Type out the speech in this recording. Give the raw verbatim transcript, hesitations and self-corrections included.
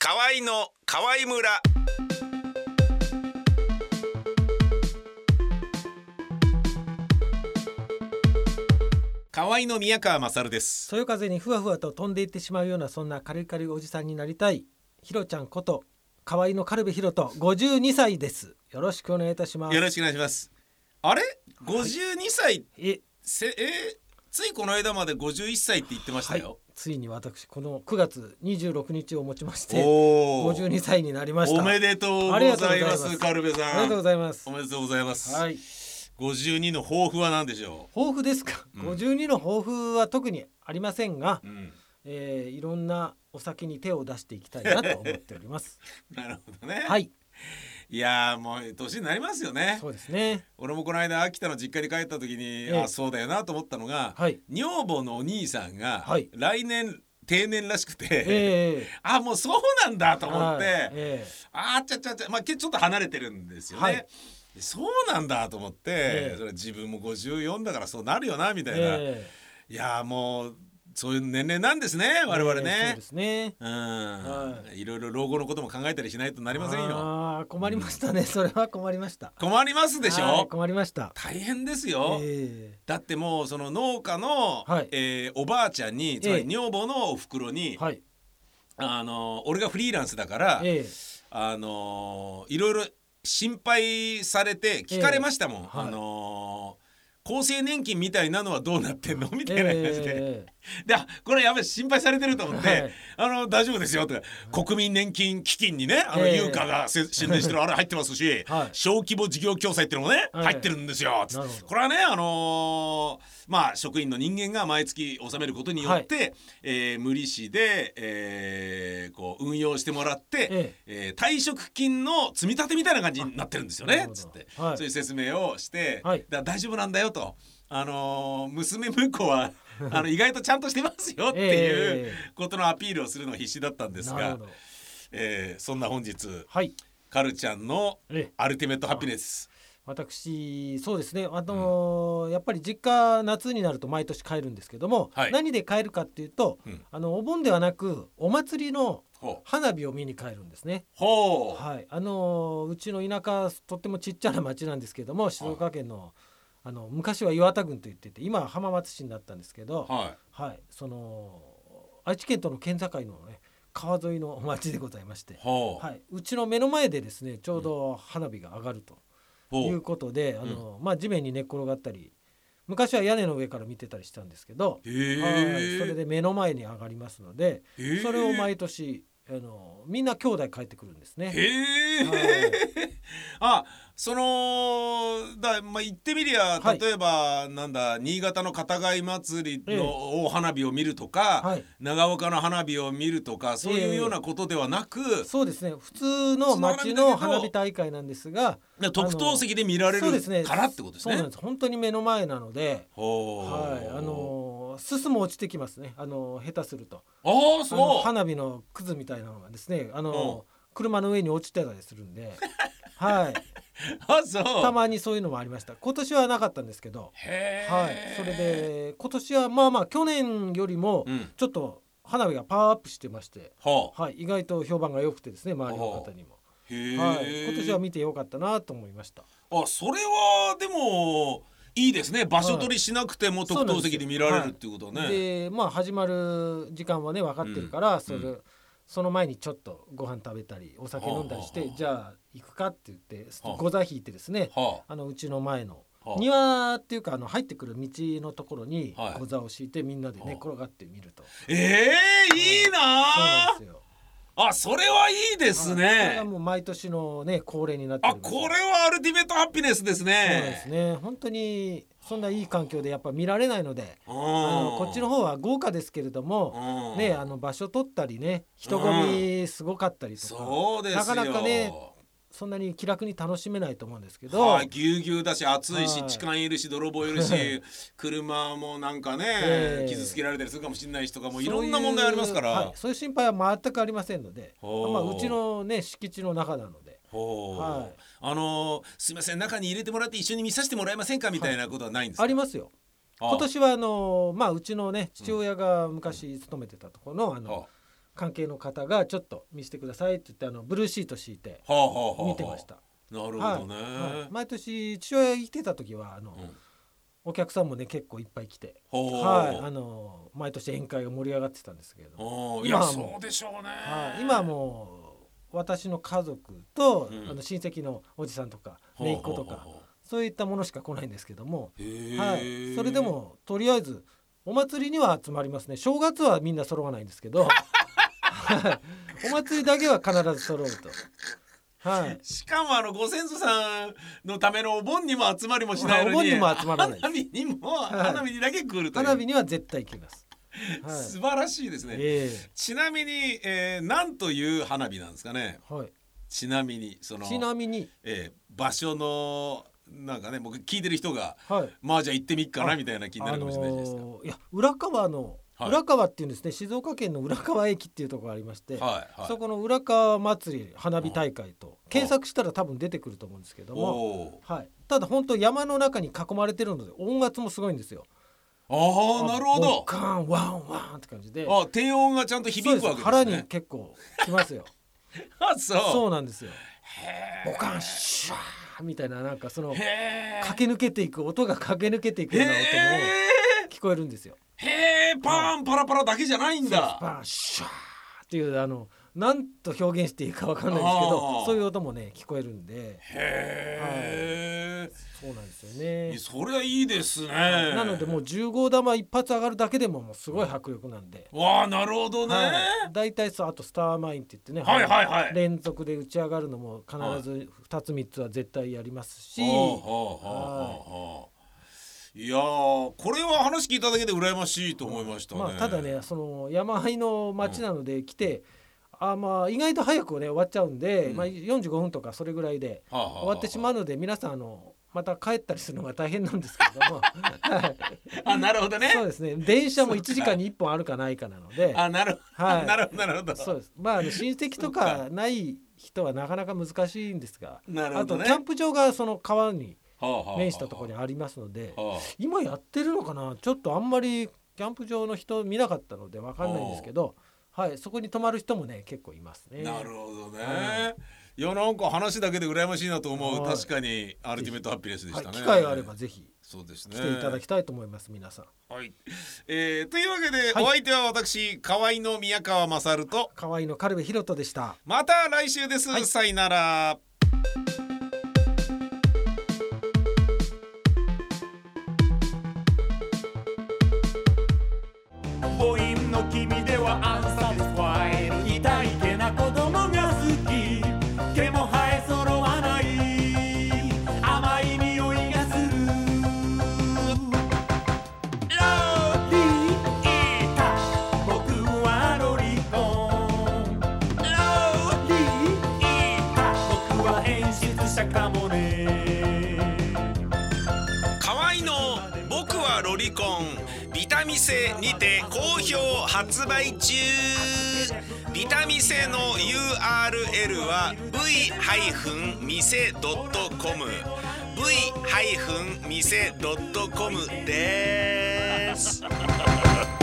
河合の河合村。河合の宮川勝です。 そよ風にふわふわと飛んでいってしまうような、そんな軽い軽いおじさんになりたいひろちゃんこと河合の軽部ひろとごじゅうにさいです。よろしくお願いいたします。 よろしくお願いします。あれごじゅうにさい、はい、えせえついこの間までごじゅういっさいって言ってましたよ、はい、 ついに私このくがつにじゅうろくにちをもちましてごじゅうにさいになりました。 おめでとうございます。軽部さん、 ありがとうございます。 おめでとうございます、 はい、 ごじゅうにの抱負は何でしょう。 抱負ですか、うん、ごじゅうにの抱負は特にありませんが、うんえー、いろんなお酒に手を出していきたいなと思っておりますなるほどね。 はい、 いやもう年になりますよね。 そうですね。 俺もこの間秋田の実家に帰った時に、ええ、あそうだよなと思ったのが、はい、女房のお兄さんが、はい、来年定年らしくて、えー、あもうそうなんだと思って、えー、あちゃちゃちゃ、まあ、ちょっと離れてるんですよね、はい、そうなんだと思って、えー、それ自分もごじゅうよんだからそうなるよなみたいな、えー、いやもうそういう年齢なんですね我々ね、えー、そうですね、うん、はい、いろいろ老後のことも考えたりしないとなりませんよ。 あ困りましたね、うん、それは困りました。 困りますでしょ、はい、 困りました。 大変ですよ、えー、だってもうその農家の、はいえー、おばあちゃんにつまり女房のお袋に、えーはい、あの俺がフリーランスだから、えー、あのいろいろ心配されて聞かれましたもん、えーはい、あの厚生年金みたいなのはどうなってんのみたいな感じで、えー、でこれやべ心配されてると思って、はい、あの大丈夫ですよとか、うん、国民年金基金にねあの有価が申請してるあれ入ってますし、はい、小規模事業共済っていうのもね、はい、入ってるんですよ。これはねあのー、まあ職員の人間が毎月納めることによって、はいえー、無利子で、えー、こう運用してもらって、ええー、退職金の積み立てみたいな感じになってるんですよねつって、はい、そういう説明をして、はい、だ大丈夫なんだよと。あのー、娘婿はあの意外とちゃんとしてますよっていうことのアピールをするのが必死だったんですが、えー、そんな本日、はい、カルちゃんのアルティメットハピネス、 私そうですね、あのーうん、やっぱり実家夏になると毎年帰るんですけども、はい、何で帰るかっていうと、うん、あのお盆ではなくお祭りの花火を見に帰るんですね。ほう、はい、あのー、うちの田舎とってもちっちゃな町なんですけども、静岡県のあの昔は岩田郡と言ってて今は浜松市になったんですけど、はいはい、その愛知県との県境の、ね、川沿いの町でございまして、はい、うちの目の前でですねちょうど花火が上がるということで、うんあのまあ、地面に寝っ転がったり昔は屋根の上から見てたりしたんですけど、はい、それで目の前に上がりますので、それを毎年あのみんな兄弟帰ってくるんですね。 へー、はい、あそのだ、まあ、言ってみりゃ例えば、はい、なんだ新潟の片貝祭りの大花火を見るとか、ええ、長岡の花火を見るとかそういうようなことではなく、え、 そうですね普通の町の花火大会なんですが特等席で見られるからってことですね。 そうなんです、本当に目の前なので、はい、あのすすも落ちてきますね、あの下手すると。 あそう花火のくずみたいなのがですねあの車の上に落ちてたりするんではいあそうたまにそういうのもありました。今年はなかったんですけど、はい、それで今年はまあまあ去年よりもちょっと花火がパワーアップしてまして、うんはい、意外と評判が良くてですね周りの方にも、はい、今年は見てよかったなと思いました。 あそれはでもいいですね、場所取りしなくても特等席で見られるっていうことはね。 はい、でまあ始まる時間はね分かってるから、うん、それ、うんその前にちょっとご飯食べたりお酒飲んだりして、はあはあ、じゃあ行くかって言ってご座引いてですね、はあ、あのうちの前の、はあ、庭っていうかあの入ってくる道のところにご座を敷いてみんなで寝転がってみると、はあ、 えー、いいな、そうなんですよ。あそれはいいですね。 それがもう毎年のね恒例になってるんです。 あこれはアルティメットハピネスですね。 そうですね、本当にそんないい環境でやっぱ見られないので、あのこっちの方は豪華ですけれども、ね、あの場所取ったりね人混みすごかったりとか、 そうですよ、 なかなかねそんなに気楽に楽しめないと思うんですけど、 はあ、ぎゅうぎゅうだし暑いし、はい、痴漢いるし泥棒いるし車もなんかね、えー、傷つけられたりするかもしれない人がもういろんな問題ありますから、 はい、そういう心配は全くありませんので、まあ、うちのね敷地の中なので、 はい、あのー、すいません中に入れてもらって一緒に見させてもらえませんかみたいなことはないんですか。 はい、ありますよ。今年はあのー、まあうちのね父親が昔勤めてたところのあの関係の方がちょっと見せてくださいって言ってあのブルーシート敷いて見てました。はあはあはあ、なるほどね、 はいはい、毎年父親来てた時はあの、うん、お客さんもね結構いっぱい来て、はい、あの毎年宴会が盛り上がってたんですけど、 いやそうでしょうね、 はい、今はもう私の家族と、うん、あの親戚のおじさんとか姪っ子とかそういったものしか来ないんですけども、はい、それでもとりあえずお祭りには集まりますね。正月はみんな揃わないんですけどお祭りだけは必ず揃うと、はい、 しかもあのご先祖さんのためのお盆にも集まりもしないのに、 お盆にも集まらない花火にも、はい、花火にだけ来るという。 花火には絶対来ます、 はい、素晴らしいですね、えー、ちなみに、えー、何という花火なんですかね、はい、ちなみにそのちなみに、 えー、場所のなんかね僕聞いてる人が、はい、まあじゃあ行ってみっかなみたいな気になるかもしれないですか、あのー、 いや浦川の浦川っていうんですね、静岡県の浦川駅っていうところがありまして、はいはい、そこの浦川祭り花火大会と検索したら多分出てくると思うんですけども、はい、ただ本当山の中に囲まれてるので音圧もすごいんですよ。 ああなるほど。 カーンワンワンって感じで、 あ低音がちゃんと響くわけですね。 腹に結構きますよあそうそうなんですよ。ボカンシューみたいななんかその駆け抜けていく音が駆け抜けていくような音も聞こえるんですよ。 へーパーンパラパラだけじゃないんだ。 パーンシューっていうあのなんと表現していいか分かんないですけどそういう音もね聞こえるんで。 へー、 はい、そうなんですよね。 それはいいですね。 なのでもうじゅう号玉一発上がるだけでももうすごい迫力なんで、 わあなるほどね、はい、 だいたいそうあとスターマインって言ってね、 はいはいはい、 連続で打ち上がるのも必ずふたつみっつは絶対やりますし、はい 、いやこれは話聞いただけで羨ましいと思いましたね、 まあ、ただねその山あいの町なので来て、うん、あまあ意外と早くね終わっちゃうんで、うんまあ、よんじゅうごふんとかそれぐらいで終わってしまうので、皆さんあのまた帰ったりするのが大変なんですけどもあなるほどね。 そうですね。電車もいちじかんにいっぽんあるかないかなのであなる、はい、なるほどなるほど。 そうです。まあ親戚とかない人はなかなか難しいんですが、 なるほどね、 あとキャンプ場がその川に面したところにありますので、はあはあ、今やってるのかなちょっとあんまりキャンプ場の人見なかったので分かんないんですけど、はあ、はい、そこに泊まる人もね結構いますね。 なるほどね、はい、いやなんか話だけで羨ましいなと思う、はい、確かにアルティメットハッピネスでしたね、はい、機会があればぜひそうですね来ていただきたいと思います皆さん。 はい、えー、というわけで、はい、お相手は私河合の宮川勝と河合の軽部博人でした。 また来週です、はい、さよなら。 母音の君ではアンサティスファイル痛いけな子供が好き毛も生え揃わない甘い匂いがするロリータ僕はロリコンロリータ僕は演出者かもね。 河合の僕はロリコンビタミセにて好評発売中。ビタミセの ユーアールエル は ブイ ミセ ドット コム ブイ ミセ ドット コム です